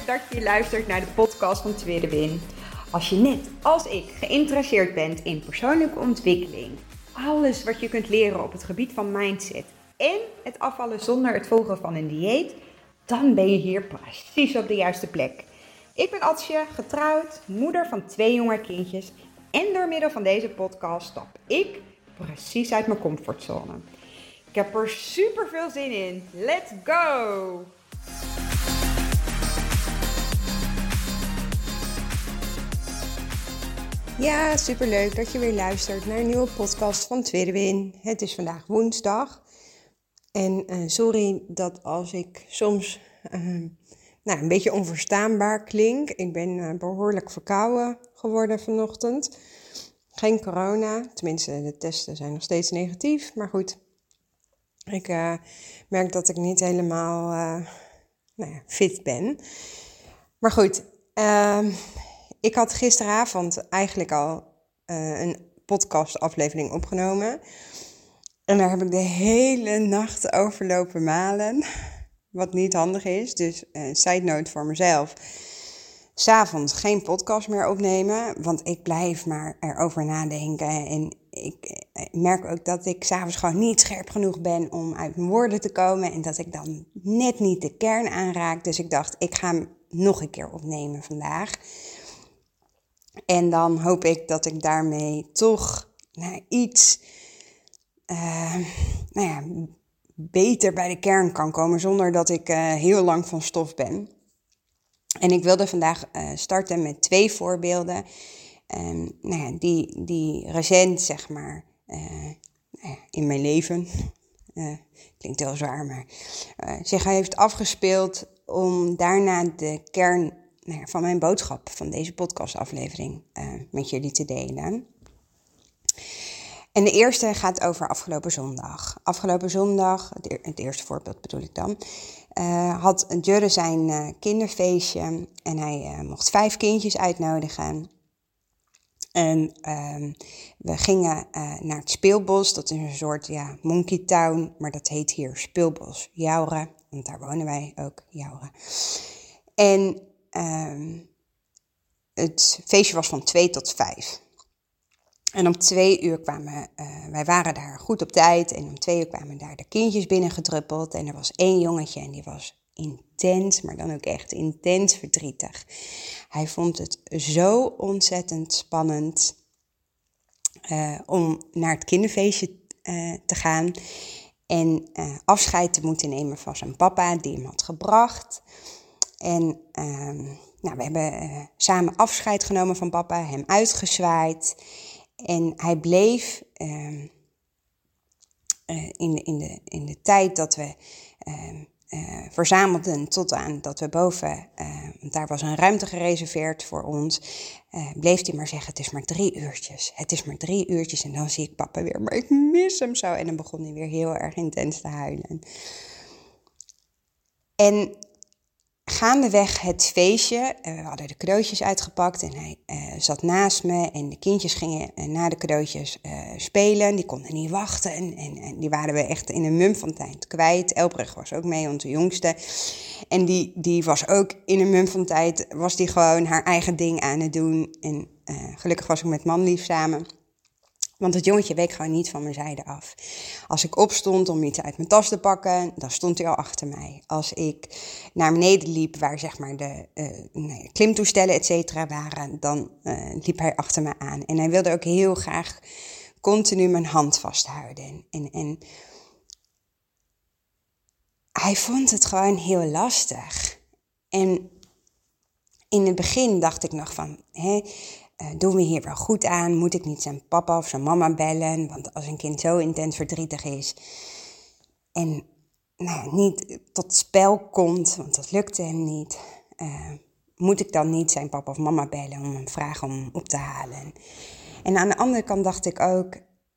dat je luistert naar de podcast van Tweede Win. Als je net als ik geïnteresseerd bent in persoonlijke ontwikkeling, alles wat je kunt leren op het gebied van mindset en het afvallen zonder het volgen van een dieet, dan ben je hier precies op de juiste plek. Ik ben Atsje, getrouwd, moeder van 2 jonge kindjes en door middel van deze podcast stap ik precies uit mijn comfortzone. Ik heb er super veel zin in. Let's go! Ja, superleuk dat je weer luistert naar een nieuwe podcast van Tweede Win. Het is vandaag woensdag. En sorry dat als ik soms een beetje onverstaanbaar klink. Ik ben behoorlijk verkouden geworden vanochtend. Geen corona, tenminste de testen zijn nog steeds negatief. Maar goed, ik merk dat ik niet helemaal fit ben. Maar goed, ik had gisteravond eigenlijk al een podcastaflevering opgenomen. En daar heb ik de hele nacht over lopen malen. Wat niet handig is. Dus side note voor mezelf. 's Avonds geen podcast meer opnemen. Want ik blijf maar erover nadenken. En ik merk ook dat ik 's avonds gewoon niet scherp genoeg ben om uit mijn woorden te komen. En dat ik dan net niet de kern aanraak. Dus ik dacht, ik ga hem nog een keer opnemen vandaag. En dan hoop ik dat ik daarmee toch iets beter bij de kern kan komen. Zonder dat ik heel lang van stof ben. En ik wilde vandaag starten met 2 voorbeelden. Die recent zeg maar in mijn leven, klinkt heel zwaar, maar zich heeft afgespeeld om daarna de kern van mijn boodschap van deze podcastaflevering met jullie te delen. En de eerste gaat over afgelopen zondag. Afgelopen zondag, het eerste voorbeeld bedoel ik dan, had Jurre zijn kinderfeestje en hij mocht 5 kindjes uitnodigen. En we gingen naar het speelbos, dat is een soort monkey town, maar dat heet hier speelbos Jouren, want daar wonen wij ook, Jouren. En het feestje was van 2 tot 5. En om 2 uur wij waren daar goed op tijd. En om 2 uur kwamen daar de kindjes binnengedruppeld. En er was 1 jongetje en die was intens, maar dan ook echt intens verdrietig. Hij vond het zo ontzettend spannend om naar het kinderfeestje te gaan. En afscheid te moeten nemen van zijn papa die hem had gebracht. En we hebben samen afscheid genomen van papa, hem uitgezwaaid. En hij bleef in de tijd dat we verzamelden tot aan dat we boven, want daar was een ruimte gereserveerd voor ons, bleef hij maar zeggen, het is maar 3 uurtjes. Het is maar 3 uurtjes en dan zie ik papa weer, maar ik mis hem zo. En dan begon hij weer heel erg intens te huilen. En gaandeweg het feestje, we hadden de cadeautjes uitgepakt en hij zat naast me en de kindjes gingen na de cadeautjes spelen. Die konden niet wachten en die waren we echt in een mum van tijd kwijt. Elbrug was ook mee, onze jongste. En die was ook in een mum van tijd, was die gewoon haar eigen ding aan het doen. En gelukkig was ik met Manlief samen. Want het jongetje week gewoon niet van mijn zijde af. Als ik opstond om iets uit mijn tas te pakken, dan stond hij al achter mij. Als ik naar beneden liep, waar zeg maar de klimtoestellen et cetera waren, dan liep hij achter me aan. En hij wilde ook heel graag continu mijn hand vasthouden. En hij vond het gewoon heel lastig. En in het begin dacht ik nog van, doen we hier wel goed aan? Moet ik niet zijn papa of zijn mama bellen? Want als een kind zo intens verdrietig is en niet tot spel komt, want dat lukte hem niet, moet ik dan niet zijn papa of mama bellen om hem vragen om hem op te halen? En aan de andere kant dacht ik ook,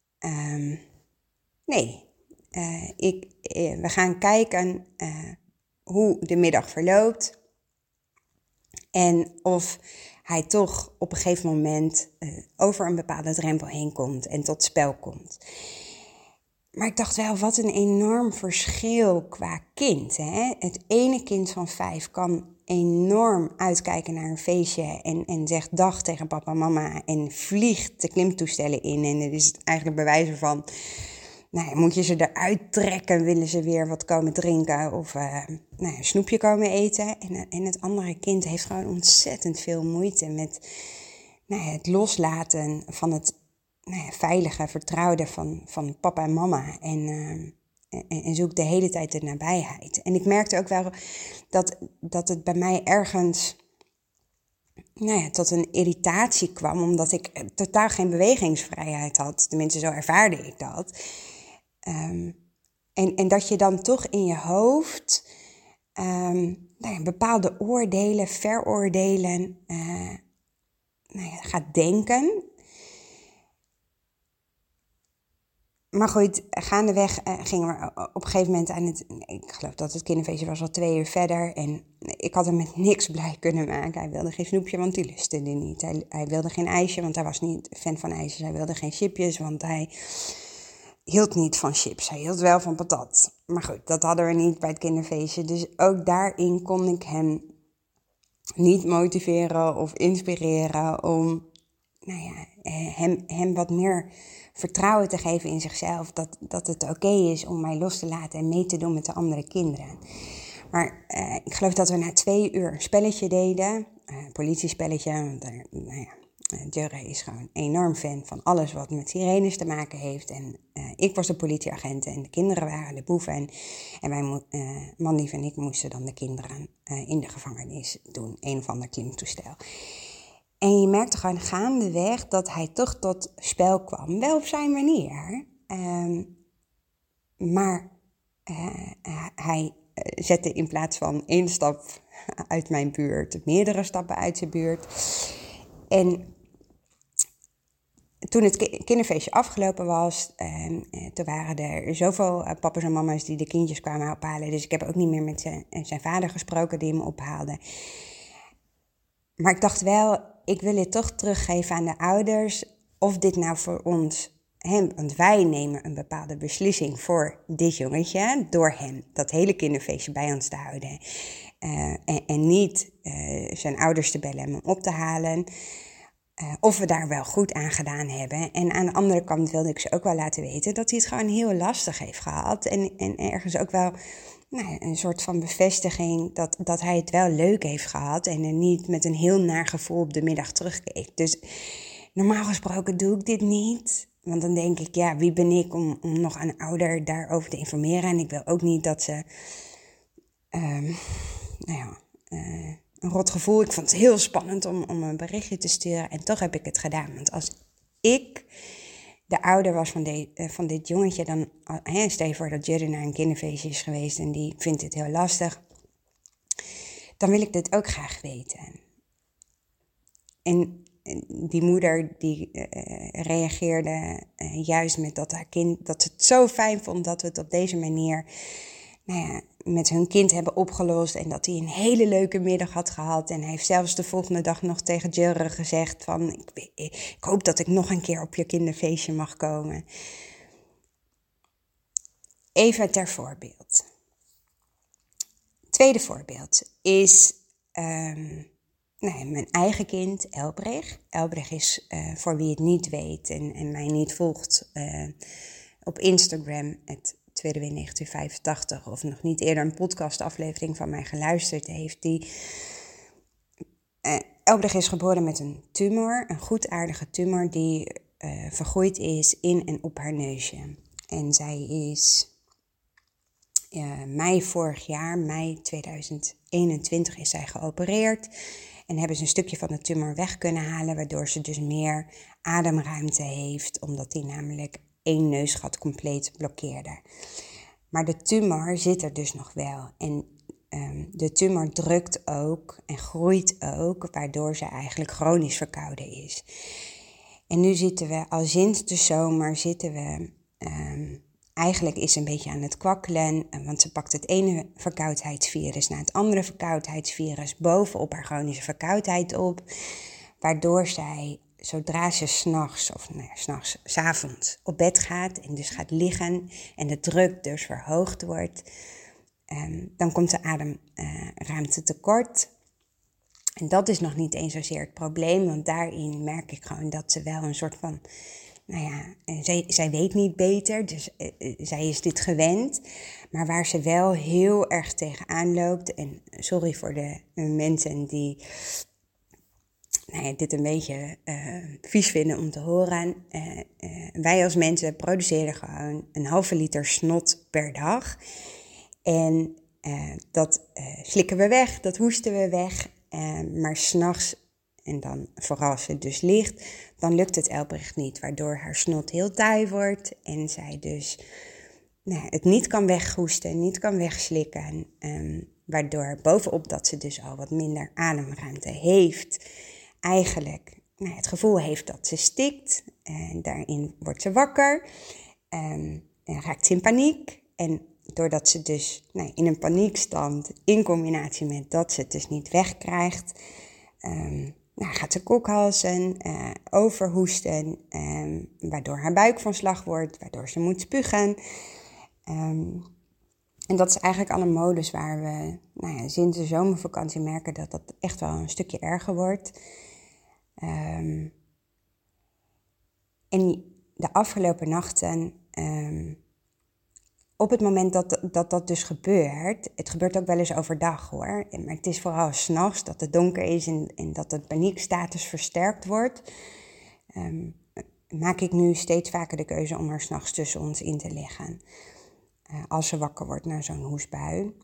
we gaan kijken hoe de middag verloopt en of hij toch op een gegeven moment over een bepaalde drempel heen komt en tot spel komt. Maar ik dacht wel, wat een enorm verschil qua kind. Hè? Het ene kind van 5 kan enorm uitkijken naar een feestje en zegt dag tegen papa en mama en vliegt de klimtoestellen in. En het is eigenlijk bij wijze van, moet je ze eruit trekken, willen ze weer wat komen drinken of een snoepje komen eten. En het andere kind heeft gewoon ontzettend veel moeite met het loslaten van het veilige, vertrouwde van papa en mama. En zoekt de hele tijd de nabijheid. En ik merkte ook wel dat het bij mij ergens tot een irritatie kwam, omdat ik totaal geen bewegingsvrijheid had. Tenminste, zo ervaarde ik dat. En dat je dan toch in je hoofd bepaalde oordelen, veroordelen gaat denken. Maar goed, gaandeweg gingen we op een gegeven moment ik geloof dat het kinderfeestje was al 2 uur verder. En ik had hem met niks blij kunnen maken. Hij wilde geen snoepje, want die lustte die niet. Hij wilde geen ijsje, want hij was niet fan van ijsjes. Hij wilde geen chipjes, want hij hield niet van chips. Hij hield wel van patat. Maar goed, dat hadden we niet bij het kinderfeestje. Dus ook daarin kon ik hem niet motiveren of inspireren om hem wat meer vertrouwen te geven in zichzelf. Dat het oké is om mij los te laten en mee te doen met de andere kinderen. Maar ik geloof dat we na 2 uur een spelletje deden. Een politiespelletje. Want Jurre is gewoon enorm fan van alles wat met sirenes te maken heeft. En ik was de politieagent en de kinderen waren de boeven. En wij, Manlief en ik, moesten dan de kinderen in de gevangenis doen. Een of ander klimtoestel. En je merkte gewoon gaandeweg dat hij toch tot spel kwam. Wel op zijn manier. Maar hij zette in plaats van 1 stap uit mijn buurt, meerdere stappen uit zijn buurt. En toen het kinderfeestje afgelopen was, toen waren er zoveel papa's en mama's die de kindjes kwamen ophalen. Dus ik heb ook niet meer met zijn vader gesproken die hem ophaalde. Maar ik dacht wel, ik wil het toch teruggeven aan de ouders, of dit nou voor ons, want wij nemen een bepaalde beslissing voor dit jongetje, door hem dat hele kinderfeestje bij ons te houden. En niet zijn ouders te bellen en hem op te halen. Of we daar wel goed aan gedaan hebben. En aan de andere kant wilde ik ze ook wel laten weten dat hij het gewoon heel lastig heeft gehad. En ergens ook wel een soort van bevestiging dat hij het wel leuk heeft gehad. En er niet met een heel naar gevoel op de middag terugkeek. Dus normaal gesproken doe ik dit niet. Want dan denk ik, ja, wie ben ik om nog een ouder daarover te informeren. En ik wil ook niet dat ze een rot gevoel. Ik vond het heel spannend om een berichtje te sturen. En toch heb ik het gedaan. Want als ik de ouder was van dit jongetje, dan stel je voor dat Jurre naar een kinderfeestje is geweest en die vindt het heel lastig. Dan wil ik dit ook graag weten. En die moeder die reageerde juist met dat haar kind, dat ze het zo fijn vond dat we het op deze manier met hun kind hebben opgelost. En dat hij een hele leuke middag had gehad. En hij heeft zelfs de volgende dag nog tegen Jurre gezegd van, ik hoop dat ik nog een keer op je kinderfeestje mag komen. Even ter voorbeeld. Tweede voorbeeld is mijn eigen kind, Elbrich. Elbrich is, voor wie het niet weet en mij niet volgt, op Instagram, het Tweede Win 1985, of nog niet eerder een podcastaflevering van mij geluisterd heeft. Elbrich is geboren met een tumor, een goedaardige tumor die vergroeid is in en op haar neusje. En zij is mei 2021 is zij geopereerd. En hebben ze een stukje van de tumor weg kunnen halen, waardoor ze dus meer ademruimte heeft, omdat die namelijk 1 neusgat compleet blokkeerde. Maar de tumor zit er dus nog wel. En de tumor drukt ook en groeit ook, waardoor ze eigenlijk chronisch verkouden is. En nu zitten we, al sinds de zomer eigenlijk is ze een beetje aan het kwakkelen, want ze pakt het ene verkoudheidsvirus na het andere verkoudheidsvirus bovenop haar chronische verkoudheid op, waardoor zij, zodra ze 's avonds op bed gaat en dus gaat liggen en de druk dus verhoogd wordt, dan komt de ademruimte tekort. En dat is nog niet eens zozeer het probleem, want daarin merk ik gewoon dat ze wel een soort van, zij weet niet beter, dus zij is dit gewend. Maar waar ze wel heel erg tegenaan loopt, en sorry voor de mensen die dit een beetje vies vinden om te horen. Wij als mensen produceren gewoon 1,5 liter snot per dag. En dat slikken we weg, dat hoesten we weg. Maar 's nachts, en dan vooral als het dus ligt, dan lukt het Elbrecht niet. Waardoor haar snot heel taai wordt en zij dus het niet kan weghoesten, niet kan wegslikken. Waardoor bovenop dat ze dus al wat minder ademruimte heeft, eigenlijk het gevoel heeft dat ze stikt. En daarin wordt ze wakker en raakt ze in paniek. En doordat ze dus in een paniekstand, in combinatie met dat ze het dus niet wegkrijgt, gaat ze kokhalzen, overhoesten, waardoor haar buik van slag wordt, waardoor ze moet spugen. En dat is eigenlijk al een modus waar we sinds de zomervakantie merken dat dat echt wel een stukje erger wordt. En de afgelopen nachten, op het moment dat dus gebeurt, het gebeurt ook wel eens overdag hoor, maar het is vooral 's nachts dat het donker is en dat de paniekstatus versterkt wordt, maak ik nu steeds vaker de keuze om er 's nachts tussen ons in te liggen. Als ze wakker wordt na zo'n hoestbui.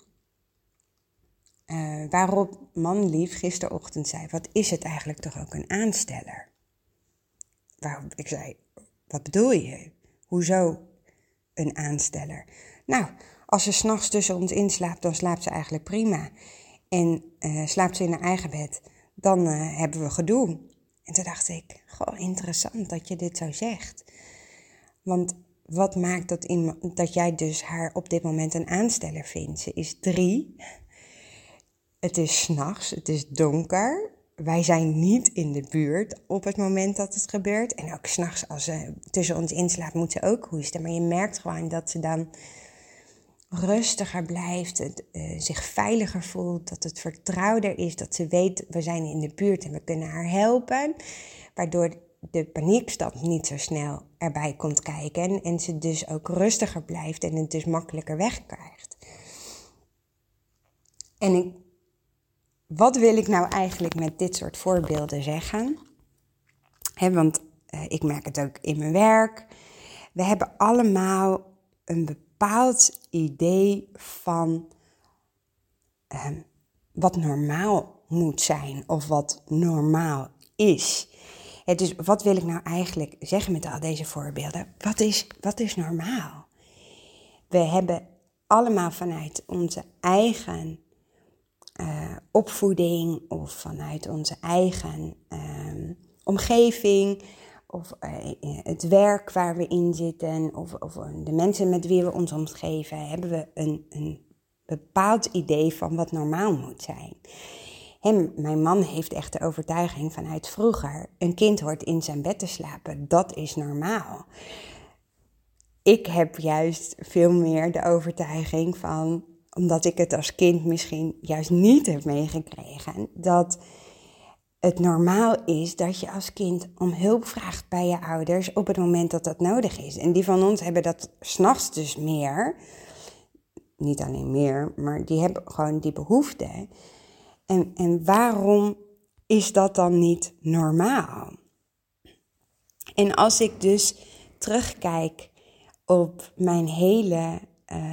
Waarop manlief gisterochtend zei, wat is het eigenlijk toch ook een aansteller? Waarop ik zei, wat bedoel je? Hoezo een aansteller? Nou, als ze 's nachts tussen ons inslaapt, dan slaapt ze eigenlijk prima. En slaapt ze in haar eigen bed, dan hebben we gedoe. En toen dacht ik, goh, interessant dat je dit zo zegt. Want wat maakt dat jij dus haar op dit moment een aansteller vindt? Ze is 3. Het is 's nachts, het is donker. Wij zijn niet in de buurt op het moment dat het gebeurt. En ook 's nachts als ze tussen ons inslaapt, moet ze ook hoesten. Maar je merkt gewoon dat ze dan rustiger blijft, zich veiliger voelt, dat het vertrouwder is, dat ze weet, we zijn in de buurt en we kunnen haar helpen. Waardoor de paniekstand niet zo snel erbij komt kijken en ze dus ook rustiger blijft en het dus makkelijker wegkrijgt. En wat wil ik nou eigenlijk met dit soort voorbeelden zeggen? Want ik merk het ook in mijn werk. We hebben allemaal een bepaald idee van wat normaal moet zijn of wat normaal is. Dus wat wil ik nou eigenlijk zeggen met al deze voorbeelden? Wat is normaal? We hebben allemaal vanuit onze eigen opvoeding of vanuit onze eigen omgeving of het werk waar we in zitten of de mensen met wie we ons omgeven, hebben we een bepaald idee van wat normaal moet zijn. Mijn man heeft echt de overtuiging vanuit vroeger, een kind hoort in zijn bed te slapen, dat is normaal. Ik heb juist veel meer de overtuiging van, omdat ik het als kind misschien juist niet heb meegekregen, dat het normaal is dat je als kind om hulp vraagt bij je ouders op het moment dat dat nodig is. En die van ons hebben dat 's nachts dus meer, niet alleen meer, maar die hebben gewoon die behoefte. En waarom is dat dan niet normaal? En als ik dus terugkijk op mijn hele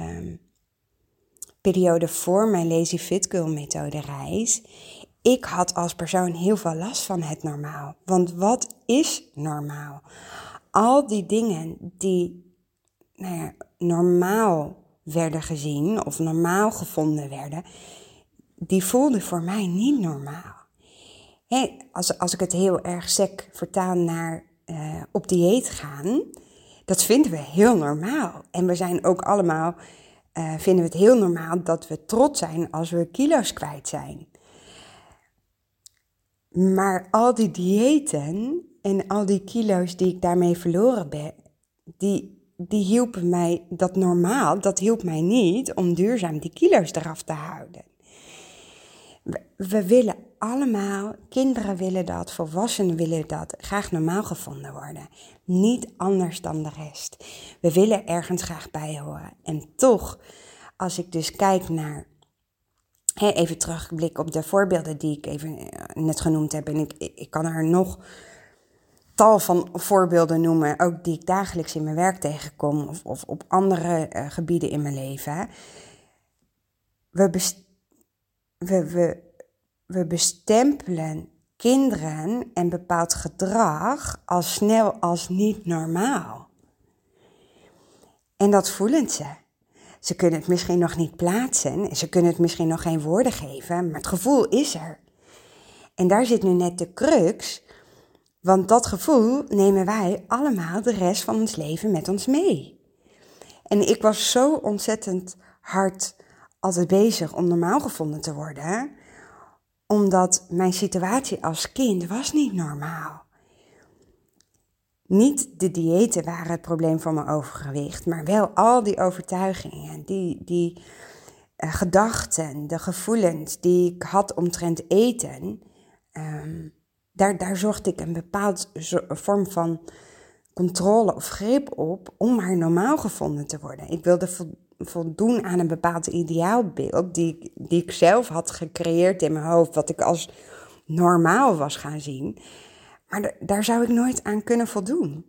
periode voor mijn Lazy Fit Girl methode reis, ik had als persoon heel veel last van het normaal. Want wat is normaal? Al die dingen die normaal werden gezien of normaal gevonden werden, die voelden voor mij niet normaal. Als ik het heel erg sec vertaal naar op dieet gaan, dat vinden we heel normaal. En we zijn ook allemaal, vinden we het heel normaal dat we trots zijn als we kilo's kwijt zijn. Maar al die diëten en al die kilo's die ik daarmee verloren ben, die die hielpen mij, dat normaal, dat hielp mij niet om duurzaam die kilo's eraf te houden. We willen allemaal, kinderen willen dat, volwassenen willen dat, graag normaal gevonden worden. Niet anders dan de rest. We willen ergens graag bij horen. En toch, als ik dus kijk naar, even terugblik op de voorbeelden die ik even net genoemd heb. En ik kan er nog tal van voorbeelden noemen, ook die ik dagelijks in mijn werk tegenkom of op andere gebieden in mijn leven. We bestempelen kinderen en bepaald gedrag al snel als niet normaal. En dat voelen ze. Ze kunnen het misschien nog niet plaatsen, ze kunnen het misschien nog geen woorden geven, maar het gevoel is er. En daar zit nu net de crux, want dat gevoel nemen wij allemaal de rest van ons leven met ons mee. En ik was zo ontzettend hard altijd bezig om normaal gevonden te worden, omdat mijn situatie als kind was niet normaal. Niet de diëten waren het probleem van mijn overgewicht, maar wel al die overtuigingen, die gedachten, de gevoelens die ik had omtrent eten. Daar zocht ik een bepaald vorm van controle of grip op om maar normaal gevonden te worden. Ik wilde voldoen aan een bepaald ideaalbeeld die ik zelf had gecreëerd in mijn hoofd, wat ik als normaal was gaan zien. Maar daar zou ik nooit aan kunnen voldoen.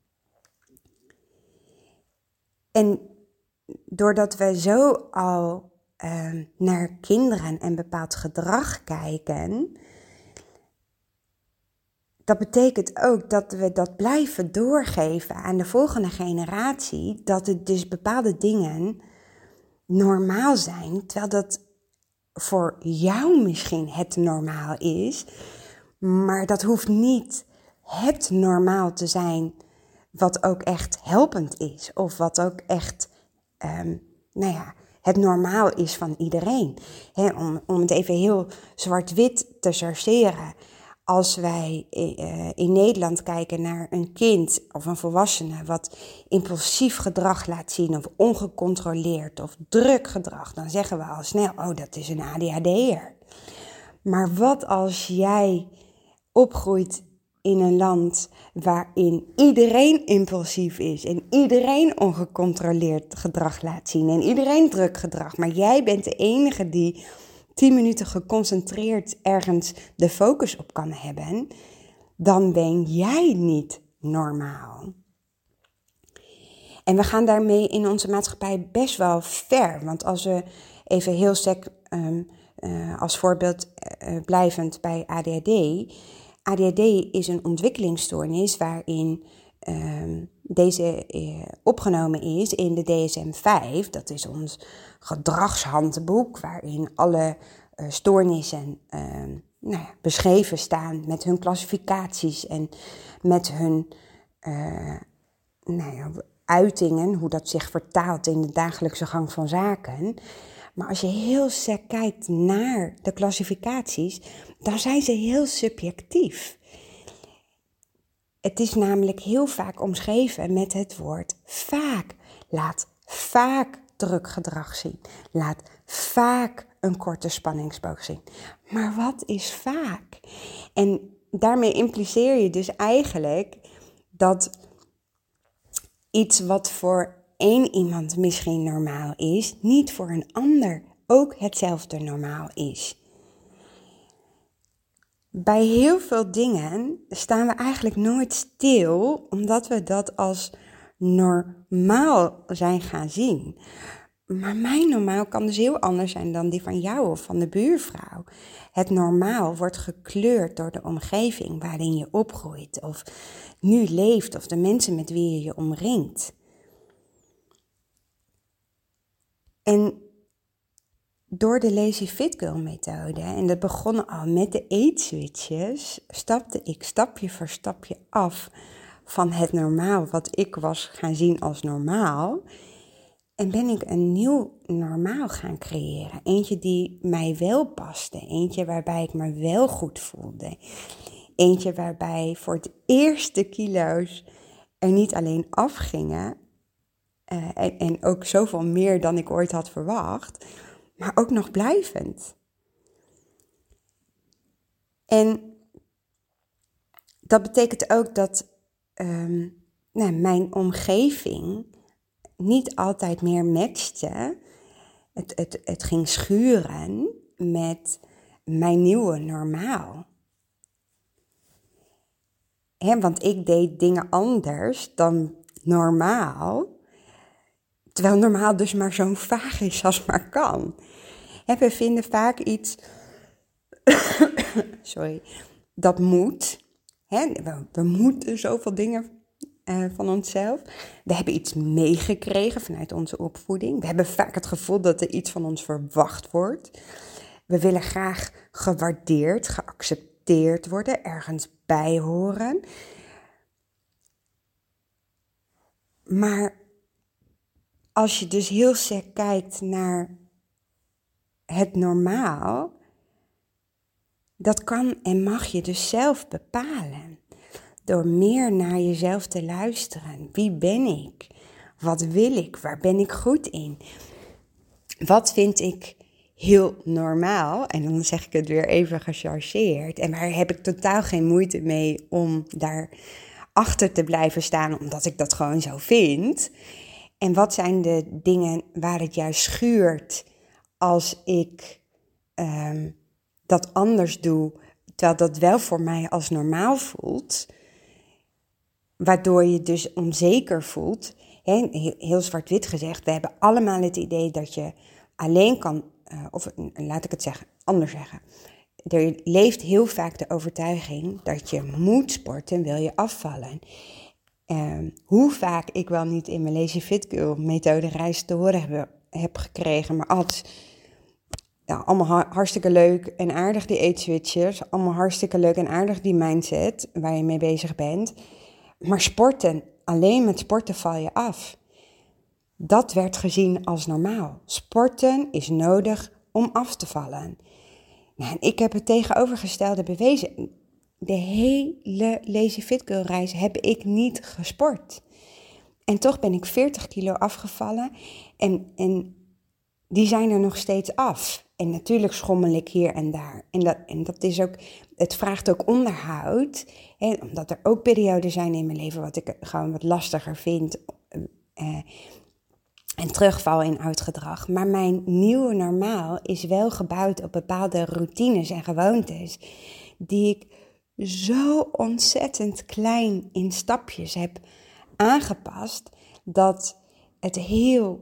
En doordat we zo al naar kinderen en bepaald gedrag kijken, dat betekent ook dat we dat blijven doorgeven aan de volgende generatie, dat het dus bepaalde dingen normaal zijn, terwijl dat voor jou misschien het normaal is, maar dat hoeft niet het normaal te zijn wat ook echt helpend is, of wat ook echt het normaal is van iedereen. Om het even heel zwart-wit te chargeren. Als wij in Nederland kijken naar een kind of een volwassene wat impulsief gedrag laat zien of ongecontroleerd of druk gedrag, dan zeggen we al snel, oh, dat is een ADHD'er. Maar wat als jij opgroeit in een land waarin iedereen impulsief is en iedereen ongecontroleerd gedrag laat zien en iedereen druk gedrag, maar jij bent de enige die 10 minuten geconcentreerd ergens de focus op kan hebben, dan ben jij niet normaal. En we gaan daarmee in onze maatschappij best wel ver. Want als we even heel als voorbeeld blijvend bij ADHD. ADHD is een ontwikkelingsstoornis waarin deze opgenomen is in de DSM-5. Dat is ons gedragshandboek waarin alle stoornissen beschreven staan met hun klassificaties en met hun uitingen, hoe dat zich vertaalt in de dagelijkse gang van zaken. Maar als je heel sec kijkt naar de klassificaties, dan zijn ze heel subjectief. Het is namelijk heel vaak omschreven met het woord vaak. Laat vaak druk gedrag zien. Laat vaak een korte spanningsboog zien. Maar wat is vaak? En daarmee impliceer je dus eigenlijk dat iets wat voor één iemand misschien normaal is, niet voor een ander ook hetzelfde normaal is. Bij heel veel dingen staan we eigenlijk nooit stil, omdat we dat als normaal zijn gaan zien. Maar mijn normaal kan dus heel anders zijn dan die van jou of van de buurvrouw. Het normaal wordt gekleurd door de omgeving waarin je opgroeit, of nu leeft, of de mensen met wie je je omringt. En door de Lazy Fit Girl methode, en dat begon al met de eetswitches, stapte ik stapje voor stapje af van het normaal wat ik was gaan zien als normaal. En ben ik een nieuw normaal gaan creëren. Eentje die mij wel paste. Eentje waarbij ik me wel goed voelde. Eentje waarbij voor het eerst de kilo's er niet alleen afgingen, En ook zoveel meer dan ik ooit had verwacht. Maar ook nog blijvend. En dat betekent ook dat mijn omgeving niet altijd meer matchte. Het ging schuren met mijn nieuwe normaal. Want ik deed dingen anders dan normaal. Terwijl normaal dus maar zo vaag is als maar kan. We vinden vaak iets dat moet. We moeten zoveel dingen van onszelf. We hebben iets meegekregen vanuit onze opvoeding. We hebben vaak het gevoel dat er iets van ons verwacht wordt. We willen graag gewaardeerd, geaccepteerd worden, ergens bij horen. Maar als je dus heel sterk kijkt naar het normaal, dat kan en mag je dus zelf bepalen. Door meer naar jezelf te luisteren. Wie ben ik? Wat wil ik? Waar ben ik goed in? Wat vind ik heel normaal? En dan zeg ik het weer even gechargeerd. En waar heb ik totaal geen moeite mee om daar achter te blijven staan, omdat ik dat gewoon zo vind. En wat zijn de dingen waar het juist schuurt als ik dat anders doe, terwijl dat wel voor mij als normaal voelt, waardoor je dus onzeker voelt. Heel zwart-wit gezegd, we hebben allemaal het idee dat je alleen kan, of laat ik het anders zeggen. Er leeft heel vaak de overtuiging dat je moet sporten, wil je afvallen. Hoe vaak ik wel niet in mijn Lazy Fit Girl methode reis te horen heb gekregen, maar altijd allemaal hartstikke leuk en aardig die eetswitches, allemaal hartstikke leuk en aardig die mindset waar je mee bezig bent. Maar sporten, alleen met sporten val je af. Dat werd gezien als normaal. Sporten is nodig om af te vallen. En ik heb het tegenovergestelde bewezen. De hele Lazy Fit Girl reis heb ik niet gesport. En toch ben ik 40 kilo afgevallen en die zijn er nog steeds af. En natuurlijk schommel ik hier en daar. En dat is ook, het vraagt ook onderhoud. Omdat er ook perioden zijn in mijn leven wat ik gewoon wat lastiger vind. En terugval in oud gedrag. Maar mijn nieuwe normaal is wel gebouwd op bepaalde routines en gewoontes. Die ik zo ontzettend klein in stapjes heb aangepast. Dat het heel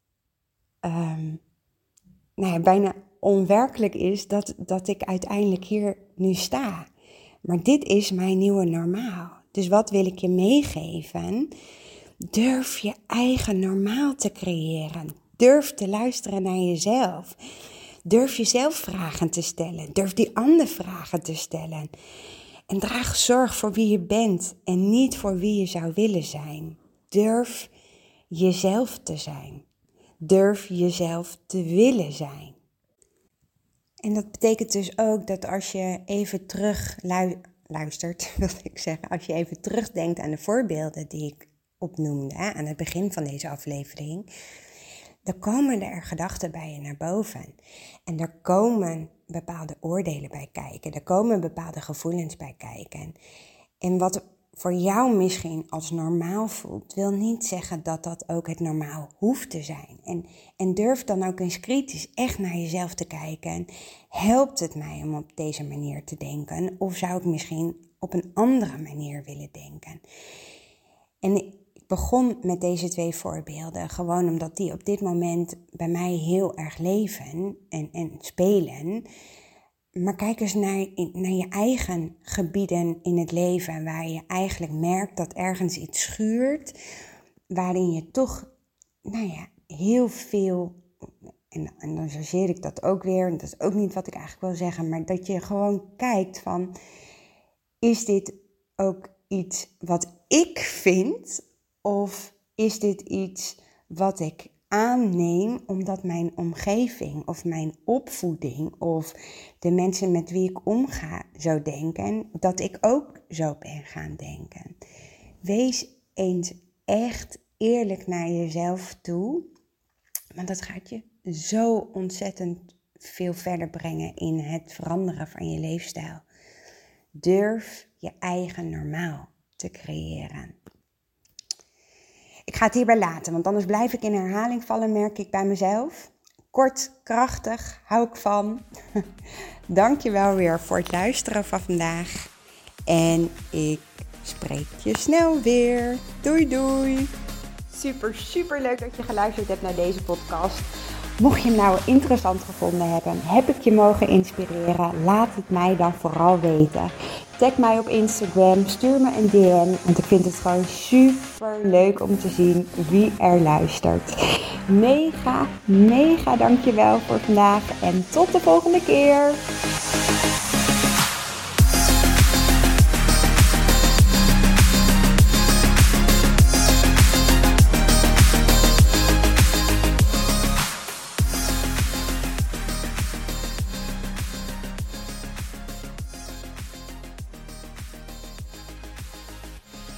bijna onwerkelijk is dat ik uiteindelijk hier nu sta. Maar dit is mijn nieuwe normaal. Dus wat wil ik je meegeven? Durf je eigen normaal te creëren. Durf te luisteren naar jezelf. Durf jezelf vragen te stellen. Durf die ander vragen te stellen. En draag zorg voor wie je bent en niet voor wie je zou willen zijn. Durf jezelf te zijn. Durf jezelf te willen zijn. En dat betekent dus ook dat als je even terug luistert, wil ik zeggen, als je even terugdenkt aan de voorbeelden die ik opnoemde aan het begin van deze aflevering, dan komen er gedachten bij je naar boven. En er komen bepaalde oordelen bij kijken. Er komen bepaalde gevoelens bij kijken. En wat voor jou misschien als normaal voelt, wil niet zeggen dat dat ook het normaal hoeft te zijn. En durf dan ook eens kritisch echt naar jezelf te kijken. Helpt het mij om op deze manier te denken? Of zou ik misschien op een andere manier willen denken? En ik begon met deze 2 voorbeelden, gewoon omdat die op dit moment bij mij heel erg leven en spelen. Maar kijk eens naar je eigen gebieden in het leven, waar je eigenlijk merkt dat ergens iets schuurt, waarin je toch, heel veel, en dan chargeer ik dat ook weer, dat is ook niet wat ik eigenlijk wil zeggen, maar dat je gewoon kijkt van, is dit ook iets wat ik vind, of is dit iets wat ik aanneem omdat mijn omgeving of mijn opvoeding of de mensen met wie ik omga zo denken, dat ik ook zo ben gaan denken. Wees eens echt eerlijk naar jezelf toe. Want dat gaat je zo ontzettend veel verder brengen in het veranderen van je leefstijl. Durf je eigen normaal te creëren. Ik ga het hierbij laten, want anders blijf ik in herhaling vallen, merk ik bij mezelf. Kort, krachtig, hou ik van. Dankjewel weer voor het luisteren van vandaag. En ik spreek je snel weer. Doei doei. Super leuk dat je geluisterd hebt naar deze podcast. Mocht je hem nou interessant gevonden hebben, heb ik je mogen inspireren, laat het mij dan vooral weten. Tag mij op Instagram, stuur me een DM, want ik vind het gewoon super leuk om te zien wie er luistert. Mega dankjewel voor vandaag en tot de volgende keer.